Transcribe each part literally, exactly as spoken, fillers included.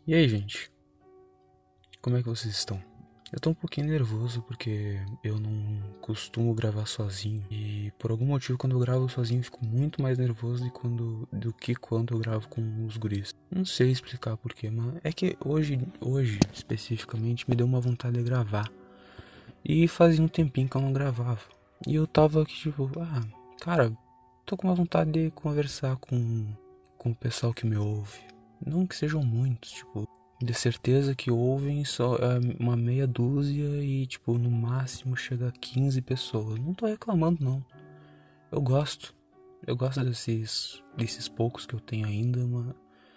E aí, gente? Como é que vocês estão? Eu tô um pouquinho nervoso porque eu não costumo gravar sozinho. E por algum motivo, quando eu gravo sozinho, eu fico muito mais nervoso do, quando, do que quando eu gravo com os guris. Não sei explicar porquê, mas é que hoje, hoje especificamente, me deu uma vontade de gravar. E fazia um tempinho que eu não gravava. E eu tava aqui tipo, ah, cara, tô com uma vontade de conversar com, com o pessoal que me ouve. Não que sejam muitos, tipo, de certeza que ouvem só é, uma meia dúzia e, tipo, no máximo chega a quinze pessoas. Não tô reclamando, não. Eu gosto. Eu gosto desses, desses poucos que eu tenho ainda, mas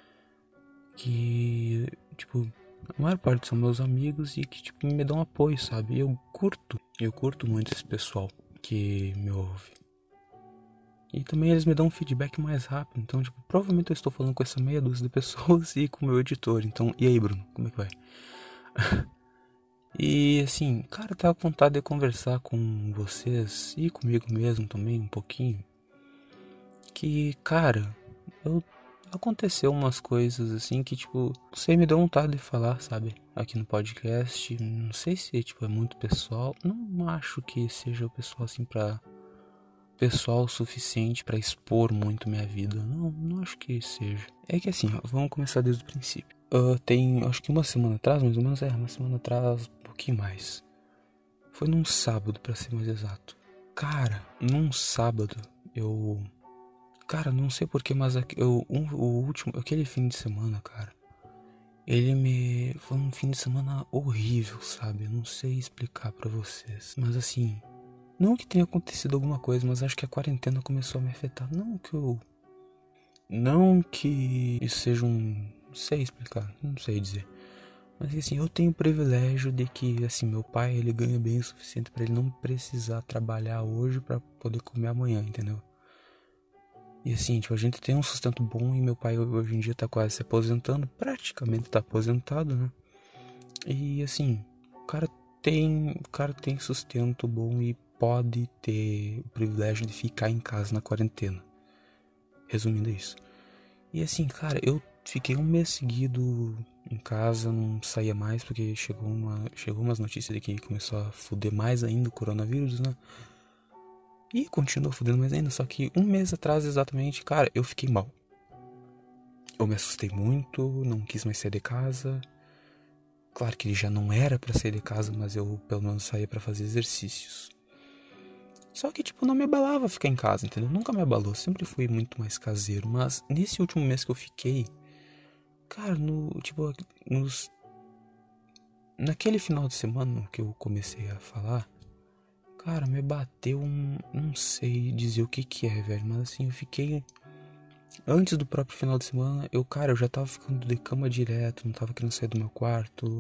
que, tipo, a maior parte são meus amigos e que, tipo, me dão apoio, sabe? E eu curto. Eu curto muito esse pessoal que me ouve. E também eles me dão um feedback mais rápido. Então, tipo, provavelmente eu estou falando com essa meia dúzia de pessoas e com o meu editor. Então, e aí, Bruno? Como é que vai? E assim, cara, eu tava com vontade de conversar com vocês e comigo mesmo também um pouquinho. Que, cara, eu aconteceu umas coisas assim que, tipo, você me deu vontade de falar, sabe? Aqui no podcast. Não sei se, tipo, é muito pessoal. Não acho que seja o pessoal assim pra pessoal o suficiente pra expor muito minha vida. Não, não acho que seja. É que assim, ó, vamos começar desde o princípio. Uh, tem, acho que uma semana atrás, mais ou menos, é, uma semana atrás, um pouquinho mais. Foi num sábado, pra ser mais exato. Cara, num sábado, eu... Cara, não sei porquê, mas eu, um, o último, aquele fim de semana, cara, ele me... Foi um fim de semana horrível, sabe? Eu não sei explicar pra vocês. Mas assim, não que tenha acontecido alguma coisa, mas acho que a quarentena começou a me afetar. Não que eu... Não que isso seja um... Não sei explicar, não sei dizer. Mas assim, eu tenho o privilégio de que, assim, meu pai, ele ganha bem o suficiente pra ele não precisar trabalhar hoje pra poder comer amanhã, entendeu? E assim, tipo, a gente tem um sustento bom e meu pai hoje em dia tá quase se aposentando, praticamente tá aposentado, né? E assim, o cara tem, o cara tem sustento bom e pode ter o privilégio de ficar em casa na quarentena. Resumindo é isso. E assim, cara, eu fiquei um mês seguido em casa, não saía mais, porque chegou, uma, chegou umas notícias de que começou a foder mais ainda o coronavírus, né? E continua fudendo mais ainda, só que um mês atrás exatamente, cara, eu fiquei mal. Eu me assustei muito, não quis mais sair de casa. Claro que já não era pra sair de casa, mas eu pelo menos saía pra fazer exercícios. Só que, tipo, não me abalava ficar em casa, entendeu? Nunca me abalou, sempre fui muito mais caseiro. Mas nesse último mês que eu fiquei, cara, no, tipo, nos... Naquele final de semana que eu comecei a falar, cara, me bateu um... Não sei dizer o que que é, velho, mas assim, eu fiquei... Antes do próprio final de semana, eu, cara, eu já tava ficando de cama direto, não tava querendo sair do meu quarto.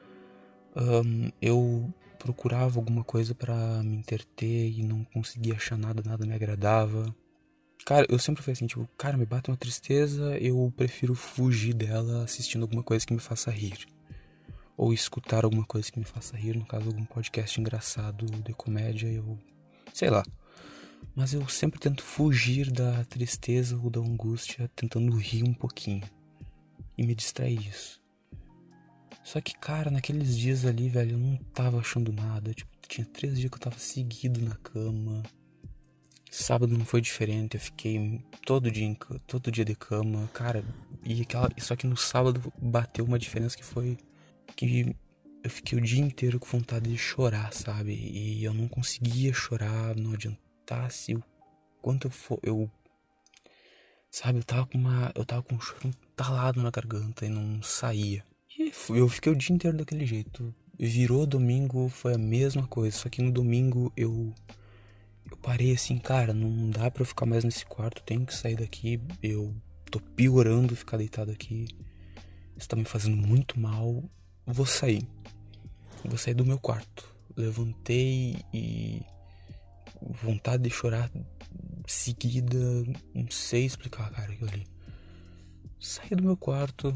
Um, eu procurava alguma coisa pra me entreter e não conseguia achar nada, nada me agradava. Cara, eu sempre fui assim, tipo, cara, me bate uma tristeza, eu prefiro fugir dela assistindo alguma coisa que me faça rir. Ou escutar alguma coisa que me faça rir, no caso, algum podcast engraçado de comédia, eu... sei lá. Mas eu sempre tento fugir da tristeza ou da angústia, tentando rir um pouquinho. E me distrair disso. Só que, cara, naqueles dias ali, velho, eu não tava achando nada. Tipo, tinha três dias que eu tava seguido na cama. Sábado não foi diferente, eu fiquei todo dia, em, todo dia de cama, cara. E aquela, só que no sábado bateu uma diferença que foi que eu fiquei o dia inteiro com vontade de chorar, sabe? E eu não conseguia chorar, não adiantasse o quanto eu for, eu sabe, eu tava com uma, eu tava com um choro entalado na garganta e não saía. E eu fiquei o dia inteiro daquele jeito. Virou domingo, foi a mesma coisa, só que no domingo eu eu parei assim, cara, não dá pra eu ficar mais nesse quarto, tenho que sair daqui, eu tô piorando ficar deitado aqui. Isso tá me fazendo muito mal. Vou sair. Vou sair do meu quarto. Levantei e vontade de chorar seguida, não sei explicar, cara, aquilo ali. Saí do meu quarto,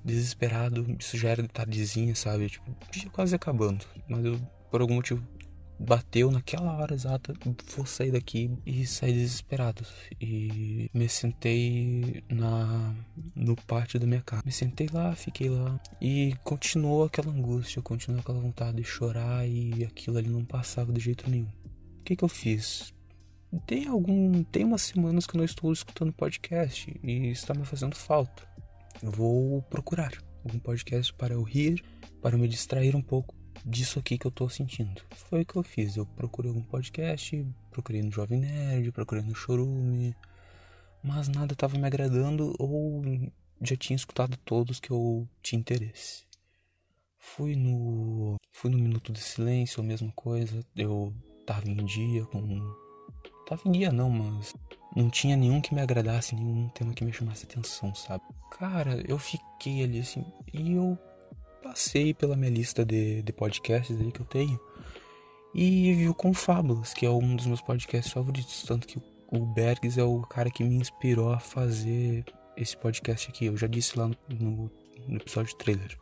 desesperado, isso já era de tardezinha, sabe? Tipo, dia quase acabando. Mas eu, por algum motivo, bateu naquela hora exata, vou sair daqui e saí desesperado. E me sentei na no pátio da minha casa. Me sentei lá, fiquei lá e continuou aquela angústia, continuou aquela vontade de chorar e aquilo ali não passava de jeito nenhum. O que que eu fiz? Tem algum, tem umas semanas que eu não estou escutando podcast e está me fazendo falta. Eu vou procurar algum podcast para eu rir, para me distrair um pouco disso aqui que eu tô sentindo. Foi o que eu fiz. Eu procurei algum podcast, procurei no Jovem Nerd, procurei no Chorume, mas nada estava me agradando ou já tinha escutado todos que eu tinha interesse. Fui no fui no Minuto de Silêncio, a mesma coisa. Eu tava em dia com tava em dia não, mas não tinha nenhum que me agradasse, nenhum tema que me chamasse atenção, sabe? Cara, eu fiquei ali assim e eu passei pela minha lista de, de podcasts aí que eu tenho e vi o Confábulas, que é um dos meus podcasts favoritos. Tanto que o Bergs é o cara que me inspirou a fazer esse podcast aqui. Eu já disse lá no, no, no episódio trailer.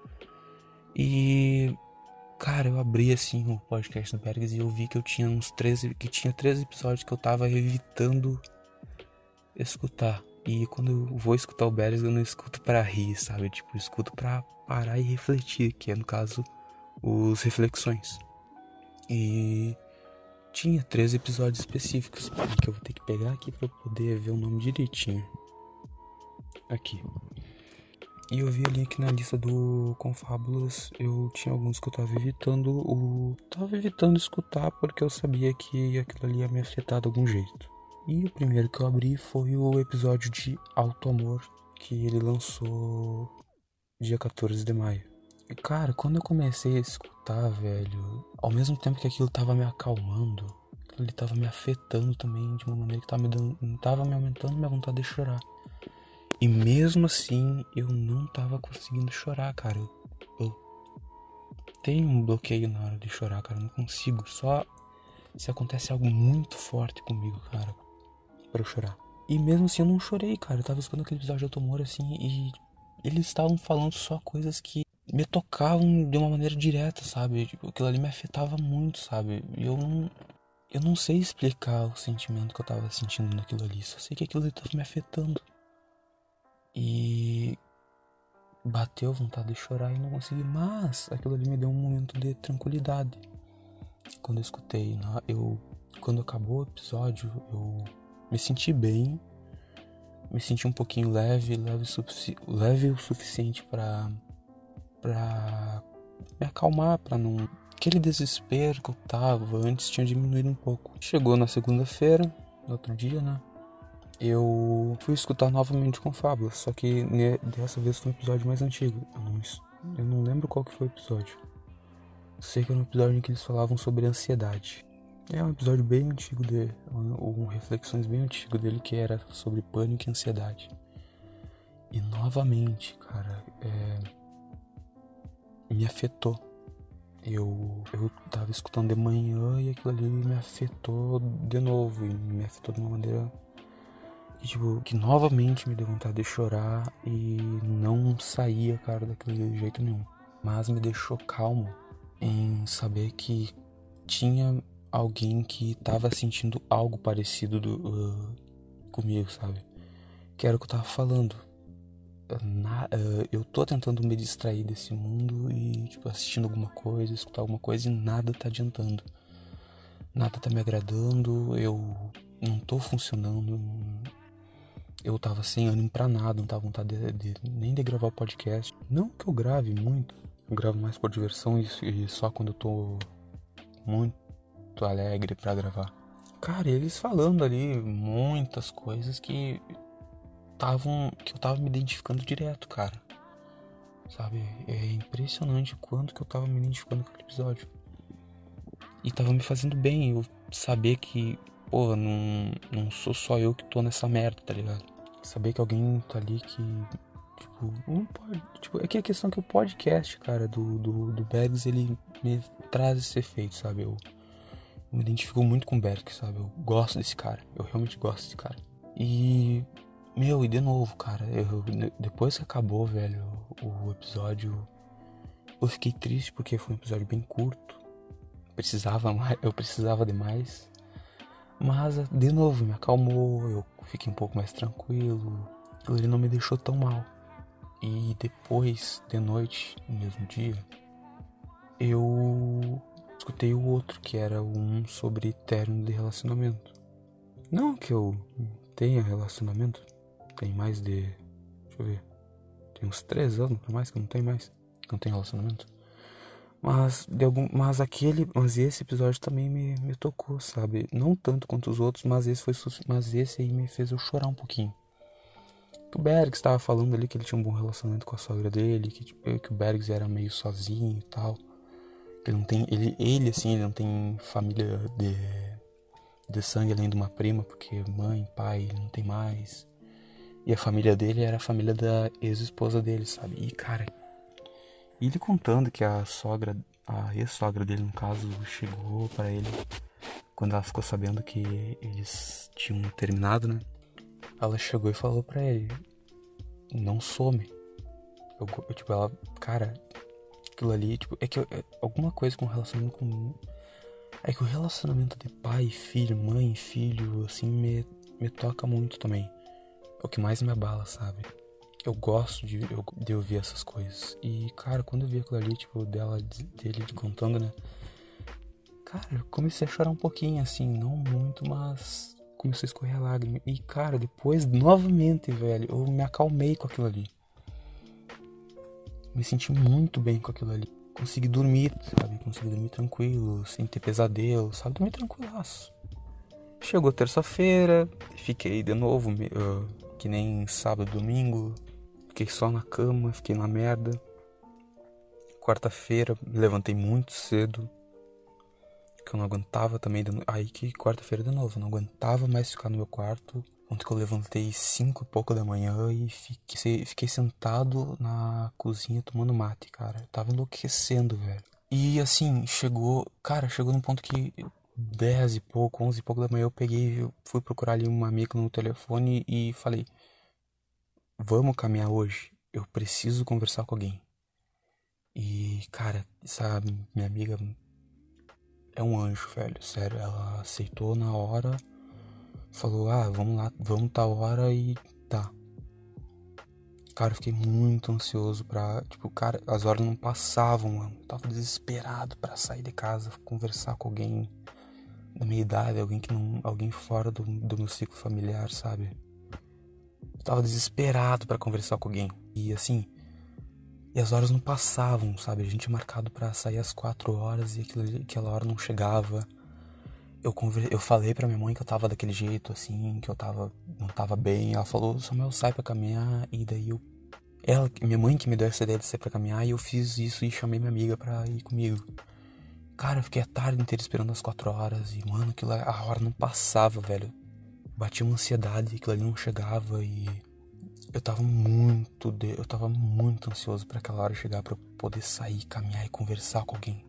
E, cara, eu abri assim o podcast do Bergs e eu vi que eu tinha uns treze, que tinha treze episódios que eu tava evitando escutar. E quando eu vou escutar o Bergs, eu não escuto pra rir, sabe? Tipo, eu escuto pra parar e refletir, que é, no caso, os Reflexões. E tinha três episódios específicos, que eu vou ter que pegar aqui pra eu poder ver o nome direitinho. Aqui. E eu vi ali que na lista do Confábulas eu tinha alguns que eu tava evitando o... Tava evitando escutar porque eu sabia que aquilo ali ia me afetar de algum jeito. E o primeiro que eu abri foi o episódio de Alto Amor, que ele lançou dia quatorze de maio. E cara, quando eu comecei a escutar, velho, ao mesmo tempo que aquilo tava me acalmando, aquilo ali tava me afetando também de uma maneira que tava me dando, tava me aumentando minha vontade de chorar. E mesmo assim, eu não tava conseguindo chorar, cara. Eu, eu tenho um bloqueio na hora de chorar, cara. Eu não consigo. Só se acontece algo muito forte comigo, cara, pra eu chorar. E mesmo assim eu não chorei, cara. Eu tava escutando aquele episódio de Alto Amor, assim, e eles estavam falando só coisas que me tocavam de uma maneira direta, sabe? Tipo, aquilo ali me afetava muito, sabe? E eu não... Eu não sei explicar o sentimento que eu tava sentindo naquilo ali. Só sei que aquilo ali tava me afetando. E bateu vontade de chorar e não consegui, mas aquilo ali me deu um momento de tranquilidade. Quando eu escutei, eu, quando acabou o episódio, eu me senti bem, me senti um pouquinho leve, leve, sufici- leve o suficiente pra, pra me acalmar, pra não... Aquele desespero que eu tava antes tinha diminuído um pouco. Chegou na segunda-feira, no outro dia, né? Eu fui escutar novamente com Confábulas, só que né, dessa vez foi um episódio mais antigo. Eu não, eu não lembro qual que foi o episódio. Sei que era um episódio em que eles falavam sobre ansiedade. É um episódio bem antigo dele, um, um reflexões bem antigo dele que era sobre pânico e ansiedade. E novamente, cara, é, me afetou. Eu, eu tava escutando de manhã e aquilo ali me afetou de novo. E me afetou de uma maneira que, tipo, que novamente me deu vontade de chorar e não saía, cara, daquele jeito nenhum. Mas me deixou calmo em saber que tinha alguém que tava sentindo algo parecido do, uh, comigo, sabe? Que era o que eu tava falando. Na, uh, eu tô tentando me distrair desse mundo e, tipo, assistindo alguma coisa, escutar alguma coisa e nada tá adiantando. Nada tá me agradando, eu não tô funcionando. Eu tava sem ânimo pra nada, não tava com vontade de, de, nem de gravar o podcast. Não que eu grave muito, eu gravo mais por diversão e, e só quando eu tô muito alegre pra gravar. Cara, eles falando ali muitas coisas que tavam, que eu tava me identificando direto, cara. Sabe? É impressionante o quanto que eu tava me identificando com aquele episódio. E tava me fazendo bem eu saber que, pô, não, não sou só eu que tô nessa merda, tá ligado? Saber que alguém tá ali que, tipo, não pode... Tipo, é que a questão é que o podcast, cara, do, do, do Bergs, ele me traz esse efeito, sabe? Eu, eu me identifico muito com o Bergs, sabe? Eu gosto desse cara. Eu realmente gosto desse cara. E... Meu, e de novo, cara, eu, depois que acabou, velho, o, o episódio, eu fiquei triste porque foi um episódio bem curto. precisava mais, eu precisava demais. Mas, de novo, me acalmou, eu fiquei um pouco mais tranquilo. Ele não me deixou tão mal. E depois, de noite, no mesmo dia, eu escutei o outro, que era um sobre término de relacionamento. Não que eu tenha relacionamento, tem mais de... deixa eu ver... tem uns três anos, por mais que eu não tenho mais, não tenho relacionamento. Mas, de algum, mas aquele, mas esse episódio também me, me tocou, sabe? Não tanto quanto os outros, mas esse foi, mas esse aí me fez eu chorar um pouquinho. Que o Bergs estava falando ali que ele tinha um bom relacionamento com a sogra dele, que, tipo, que o Bergs era meio sozinho e tal. Ele não tem, ele, ele assim, ele não tem família de, de sangue além de uma prima, porque mãe, pai, ele não tem mais. E a família dele era a família da ex-esposa dele, sabe? E, cara, ele contando que a sogra, a ex-sogra dele, no caso, chegou pra ele quando ela ficou sabendo que eles tinham terminado, né? Ela chegou e falou pra ele: não some. Eu, eu, tipo, ela, cara, aquilo ali, tipo, é que eu, é, alguma coisa com relacionamento com. É que o relacionamento de pai, filho, mãe, filho, assim, me, me toca muito também. É o que mais me abala, sabe? Eu gosto de, eu, de ouvir essas coisas. E, cara, quando eu vi aquilo ali, tipo, dela, dele contando, né? Cara, eu comecei a chorar um pouquinho, assim, não muito, mas começou a escorrer a lágrima. E, cara, depois, novamente, velho, eu me acalmei com aquilo ali. Me senti muito bem com aquilo ali. Consegui dormir, sabe? Consegui dormir tranquilo, sem ter pesadelo, sabe? Dormir tranquilaço. Chegou terça-feira, fiquei de novo, uh, que nem sábado, domingo. Fiquei só na cama, fiquei na merda. Quarta-feira, me levantei muito cedo. Que eu não aguentava também. De... Aí que quarta-feira de novo, eu não aguentava mais ficar no meu quarto. Ontem que eu levantei cinco e pouco da manhã e fiquei, fiquei sentado na cozinha tomando mate, cara. Eu tava enlouquecendo, velho. E assim, chegou... Cara, chegou num ponto que dez e pouco, onze e pouco da manhã eu peguei... Eu fui procurar ali uma amiga no telefone e falei: vamos caminhar hoje? Eu preciso conversar com alguém. E, cara, essa minha amiga é um anjo, velho. Sério, ela aceitou na hora... Falou, ah, vamos lá, vamos tal hora e tá. Cara, eu fiquei muito ansioso pra... Tipo, cara, as horas não passavam, mano. Eu tava desesperado pra sair de casa, conversar com alguém da minha idade, alguém que não... Alguém fora do, do meu ciclo familiar, sabe? Eu tava desesperado pra conversar com alguém. E assim... E as horas não passavam, sabe? A gente tinha marcado pra sair às quatro horas e aquilo, aquela hora não chegava. Eu, conver... eu falei pra minha mãe que eu tava daquele jeito, assim, que eu tava, não tava bem. Ela falou, Samuel, sai pra caminhar. E daí eu... Ela, minha mãe que me deu essa ideia de sair pra caminhar. E eu fiz isso e chamei minha amiga pra ir comigo. Cara, eu fiquei a tarde inteira esperando as quatro horas. E, mano, aquilo, a hora não passava, velho. Batia uma ansiedade, aquilo ali não chegava. E eu tava muito... De... Eu tava muito ansioso pra aquela hora chegar, pra eu poder sair, caminhar e conversar com alguém.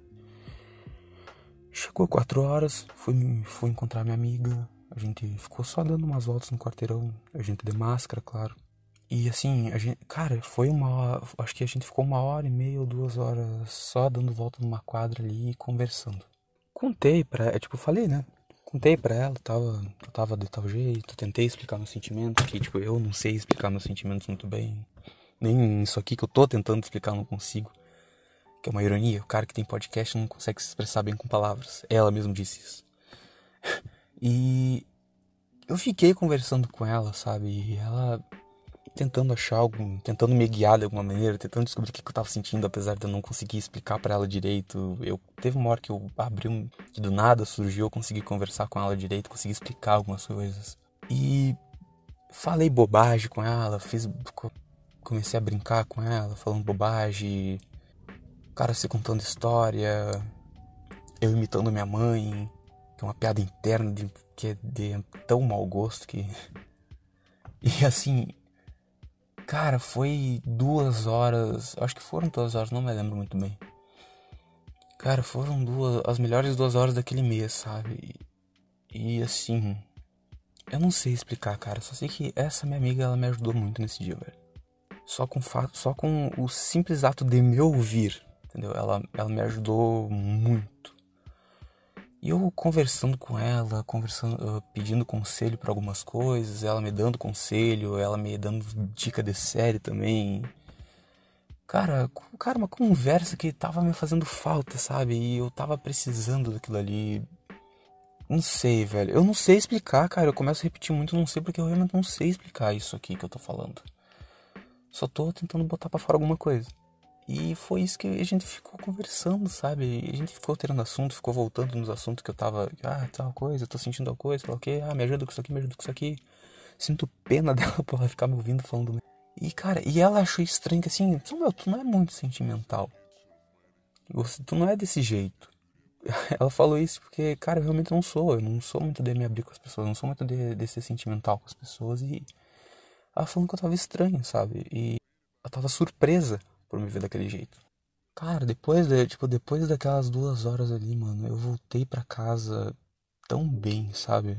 Chegou quatro horas, fui, fui encontrar minha amiga. A gente ficou só dando umas voltas no quarteirão. A gente de máscara, claro. E assim, a gente, cara, foi uma hora, acho que a gente ficou uma hora e meia ou duas horas só dando volta numa quadra ali e conversando. Contei pra ela, tipo, falei, né? Contei pra ela, tava, eu tava de tal jeito, tentei explicar meus sentimentos, que tipo, eu não sei explicar meus sentimentos muito bem. Nem isso aqui que eu tô tentando explicar, eu não consigo. Que é uma ironia, o cara que tem podcast não consegue se expressar bem com palavras. Ela mesma disse isso. E eu fiquei conversando com ela, sabe? E ela tentando achar algo, tentando me guiar de alguma maneira, tentando descobrir o que eu tava sentindo, apesar de eu não conseguir explicar pra ela direito. Eu teve uma hora que eu abri um, que do nada surgiu, eu consegui conversar com ela direito, consegui explicar algumas coisas. E falei bobagem com ela, fiz, comecei a brincar com ela, falando bobagem. O cara se contando história, eu imitando minha mãe, que é uma piada interna de, que é de tão mau gosto que... E assim, cara, foi duas horas, acho que foram duas horas, não me lembro muito bem. Cara, foram duas, as melhores duas horas daquele mês, sabe? E, e assim, eu não sei explicar, cara, só sei que essa minha amiga, ela me ajudou muito nesse dia, velho. Só com, fato, só com o simples ato de me ouvir, entendeu? Ela, ela me ajudou muito. E eu conversando com ela, conversando, uh, pedindo conselho pra algumas coisas, ela me dando conselho, ela me dando dica de série também. Cara, co- cara, uma conversa que tava me fazendo falta, sabe? E eu tava precisando daquilo ali. Não sei, velho. Eu não sei explicar, cara. Eu começo a repetir muito, não sei porque eu realmente não sei explicar isso aqui que eu tô falando. Só tô tentando botar pra fora alguma coisa. E foi isso que a gente ficou conversando, sabe? A gente ficou tirando assunto, ficou voltando nos assuntos que eu tava. Ah, tal coisa, tô sentindo tal coisa, tal que. Ah, me ajuda com isso aqui, me ajuda com isso aqui. Sinto pena dela por ela ficar me ouvindo falando. E, cara, e ela achou estranho que assim, Samuel, tu não é muito sentimental. Você, tu não é desse jeito. Ela falou isso porque, cara, eu realmente não sou. Eu não sou muito de me abrir com as pessoas. Eu não sou muito de, de ser sentimental com as pessoas. E ela falando que eu tava estranho, sabe? E ela tava surpresa por me ver daquele jeito. Cara, depois, de, tipo, depois daquelas duas horas ali, mano, eu voltei pra casa tão bem, sabe?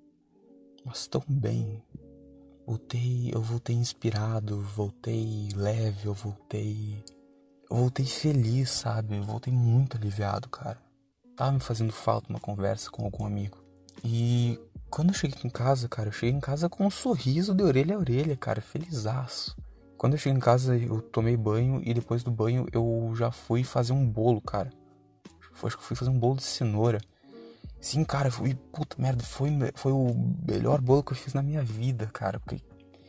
Mas tão bem. Voltei, eu voltei inspirado, voltei leve, eu voltei. Eu voltei feliz, sabe? Eu voltei muito aliviado, cara. Tava me fazendo falta uma conversa com algum amigo. E quando eu cheguei em casa, cara, eu cheguei em casa com um sorriso de orelha a orelha, cara, felizaço. Quando eu cheguei em casa, eu tomei banho e depois do banho eu já fui fazer um bolo, cara. Acho que eu fui fazer um bolo de cenoura. Sim, cara, foi, puta merda, foi, foi o melhor bolo que eu fiz na minha vida, cara. Porque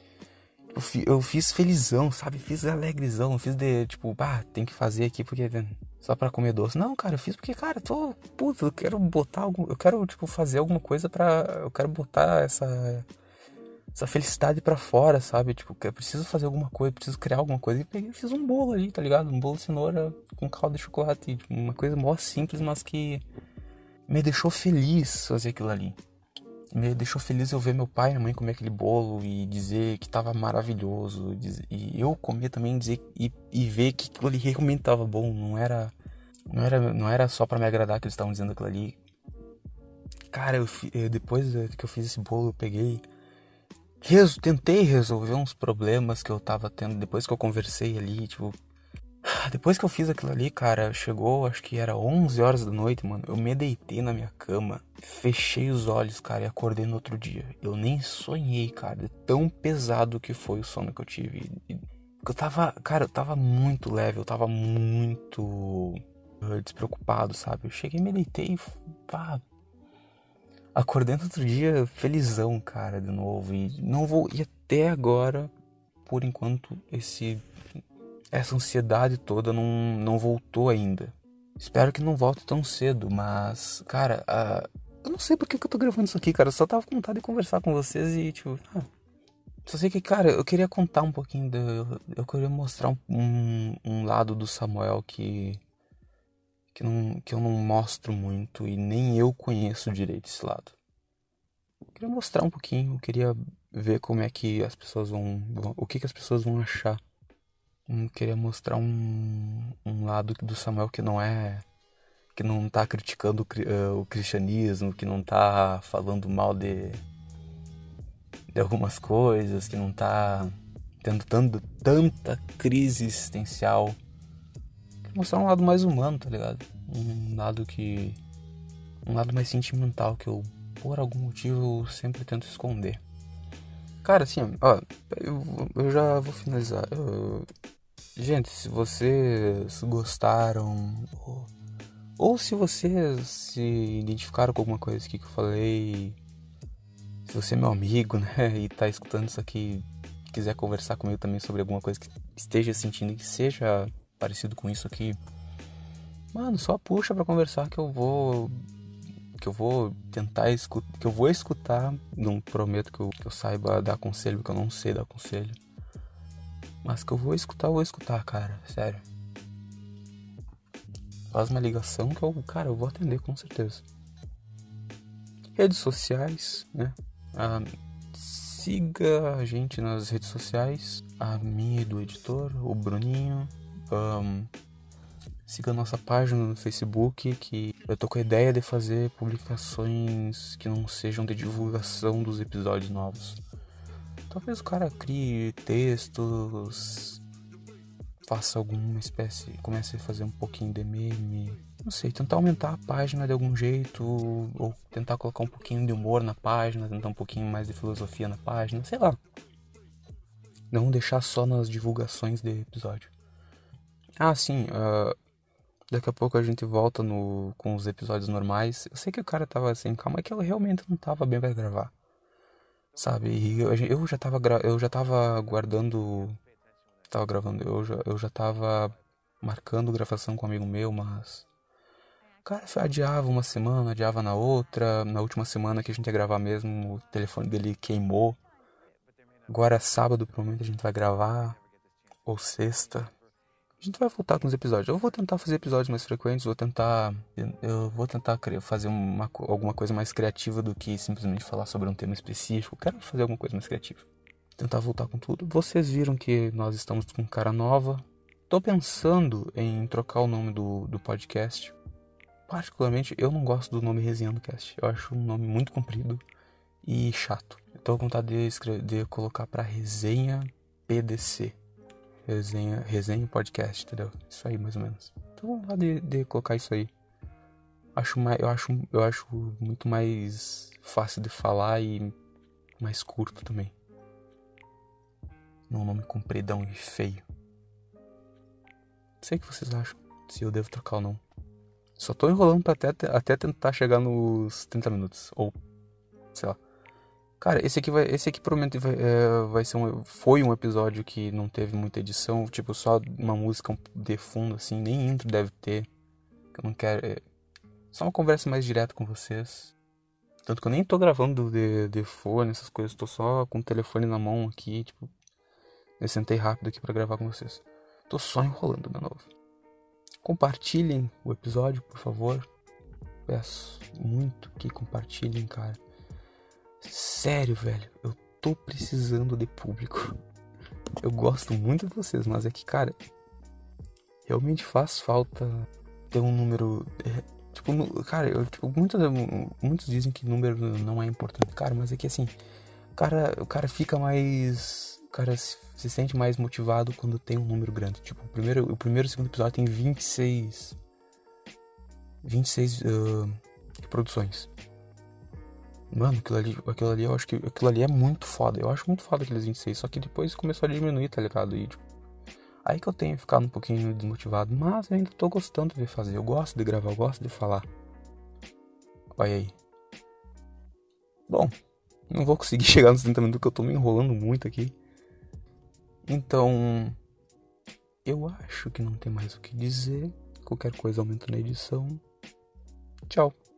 eu, fi, eu fiz felizão, sabe? Fiz alegrezão, fiz de, tipo, ah, tem que fazer aqui porque só pra comer doce. Não, cara, eu fiz porque, cara, eu tô, puta, eu quero botar algum, eu quero, tipo, fazer alguma coisa pra, eu quero botar essa, essa felicidade pra fora, sabe? Tipo, eu preciso fazer alguma coisa, preciso criar alguma coisa. E peguei e fiz um bolo ali, tá ligado? Um bolo de cenoura com calda de chocolate. Tipo, uma coisa mó simples, mas que me deixou feliz fazer aquilo ali. Me deixou feliz eu ver meu pai e minha mãe comer aquele bolo e dizer que tava maravilhoso. E eu comer também dizer, e, e ver que aquilo ali realmente tava bom. Não era, não era, não era só pra me agradar que eles estavam dizendo aquilo ali. Cara, eu, eu, depois que eu fiz esse bolo, eu peguei. Reso, tentei resolver uns problemas que eu tava tendo depois que eu conversei ali, tipo. Depois que eu fiz aquilo ali, cara, chegou, acho que era onze horas da noite, mano. Eu me deitei na minha cama, fechei os olhos, cara, e acordei no outro dia. Eu nem sonhei, cara, de tão pesado que foi o sono que eu tive. Eu tava, cara, eu tava muito leve, eu tava muito uh, despreocupado, sabe? Eu cheguei, me deitei e pá, acordei no outro dia felizão, cara, de novo. E não vou, e até agora, por enquanto, esse essa ansiedade toda não, não voltou ainda. Espero que não volte tão cedo, mas, cara, uh, eu não sei por que, que eu tô gravando isso aqui, cara. Eu só tava com vontade de conversar com vocês e, tipo, ah, só sei que, cara, eu queria contar um pouquinho, do, eu, eu queria mostrar um, um, um lado do Samuel que, que, não, que eu não mostro muito e nem eu conheço direito esse lado. Eu queria mostrar um pouquinho, eu queria ver como é que as pessoas vão, vão o que, que as pessoas vão achar. Eu queria mostrar um, um lado do Samuel que não é, que não tá criticando o, o cristianismo, que não tá falando mal de, de algumas coisas, que não tá tendo tanto, tanta crise existencial. Queria mostrar um lado mais humano, tá ligado? Um lado que, um lado mais sentimental que eu, por algum motivo, sempre tento esconder. Cara, assim, ó, eu, eu já vou finalizar. Eu, gente, se vocês gostaram ou, ou se vocês se identificaram com alguma coisa aqui que eu falei, se você é meu amigo, né, e tá escutando isso aqui, quiser conversar comigo também sobre alguma coisa que esteja sentindo e que seja parecido com isso aqui, mano, só puxa pra conversar que eu vou que eu vou tentar escutar, que eu vou escutar. Não prometo que eu, que eu saiba dar conselho, porque eu não sei dar conselho. Mas que eu vou escutar, eu vou escutar, cara. Sério. Faz uma ligação que eu, cara, eu vou atender com certeza. Redes sociais, né? Ah, siga a gente nas redes sociais. A minha e do editor, o Bruninho. Um, siga a nossa página no Facebook, que eu tô com a ideia de fazer publicações que não sejam de divulgação dos episódios novos. Talvez o cara crie textos, faça alguma espécie, comece a fazer um pouquinho de meme, não sei, tentar aumentar a página de algum jeito, ou tentar colocar um pouquinho de humor na página, tentar um pouquinho mais de filosofia na página, sei lá. Não deixar só nas divulgações de episódio. Ah, sim, uh, daqui a pouco a gente volta no, com os episódios normais. Eu sei que o cara tava assim, calma, é que eu realmente não tava bem pra gravar. Sabe, e eu, eu já tava gra- eu já tava guardando. Tava gravando, eu já, eu já tava marcando gravação com um amigo meu, mas. Cara, adiava uma semana, adiava na outra. Na última semana que a gente ia gravar mesmo, o telefone dele queimou. Agora sábado, provavelmente a gente vai gravar. Ou sexta. A gente vai voltar com os episódios. Eu vou tentar fazer episódios mais frequentes, vou tentar. Eu vou tentar fazer uma, alguma coisa mais criativa do que simplesmente falar sobre um tema específico. Eu quero fazer alguma coisa mais criativa. Tentar voltar com tudo. Vocês viram que nós estamos com cara nova. Tô pensando em trocar o nome do, do podcast. Particularmente, eu não gosto do nome Resenhando Cast. Eu acho um nome muito comprido e chato. Eu tô com vontade de, escrever, de colocar pra Resenha P D C. Resenha, resenha podcast, entendeu? Isso aí, mais ou menos. Tô com vontade de, de colocar isso aí. Acho mais, eu, acho, eu acho muito mais fácil de falar e mais curto também. Num nome compridão e feio. Não sei o que vocês acham, se eu devo trocar ou não. Só tô enrolando pra até, até tentar chegar nos trinta minutos. Ou, sei lá. Cara, esse aqui vai. Esse aqui provavelmente vai, é, vai ser um. Foi um episódio que não teve muita edição. Tipo, só uma música de fundo, assim. Nem intro deve ter. Eu não quero. É, só uma conversa mais direta com vocês. Tanto que eu nem tô gravando de, de fone, essas coisas. Tô só com o telefone na mão aqui. Tipo, eu sentei rápido aqui pra gravar com vocês. Tô só enrolando de novo. Compartilhem o episódio, por favor. Peço muito que compartilhem, cara. Sério, velho. Eu tô precisando de público. Eu gosto muito de vocês, mas é que, cara, realmente faz falta ter um número. É, tipo, no, cara, eu, tipo, muitos, muitos dizem que número não é importante, cara, mas é que assim, cara, o cara fica mais. O cara se, se sente mais motivado quando tem um número grande. Tipo, o primeiro, o primeiro e o segundo episódio tem vinte e seis. vinte e seis uh, reproduções. Mano, aquilo ali, aquilo ali, eu acho que aquilo ali é muito foda. Eu acho muito foda aqueles vinte e seis. Só que depois começou a diminuir, tá ligado? E, tipo, aí que eu tenho ficado um pouquinho desmotivado. Mas eu ainda tô gostando de fazer. Eu gosto de gravar, eu gosto de falar. Olha aí. Bom, não vou conseguir chegar nos trinta minutos porque eu tô me enrolando muito aqui. Então, eu acho que não tem mais o que dizer. Qualquer coisa aumenta na edição. Tchau.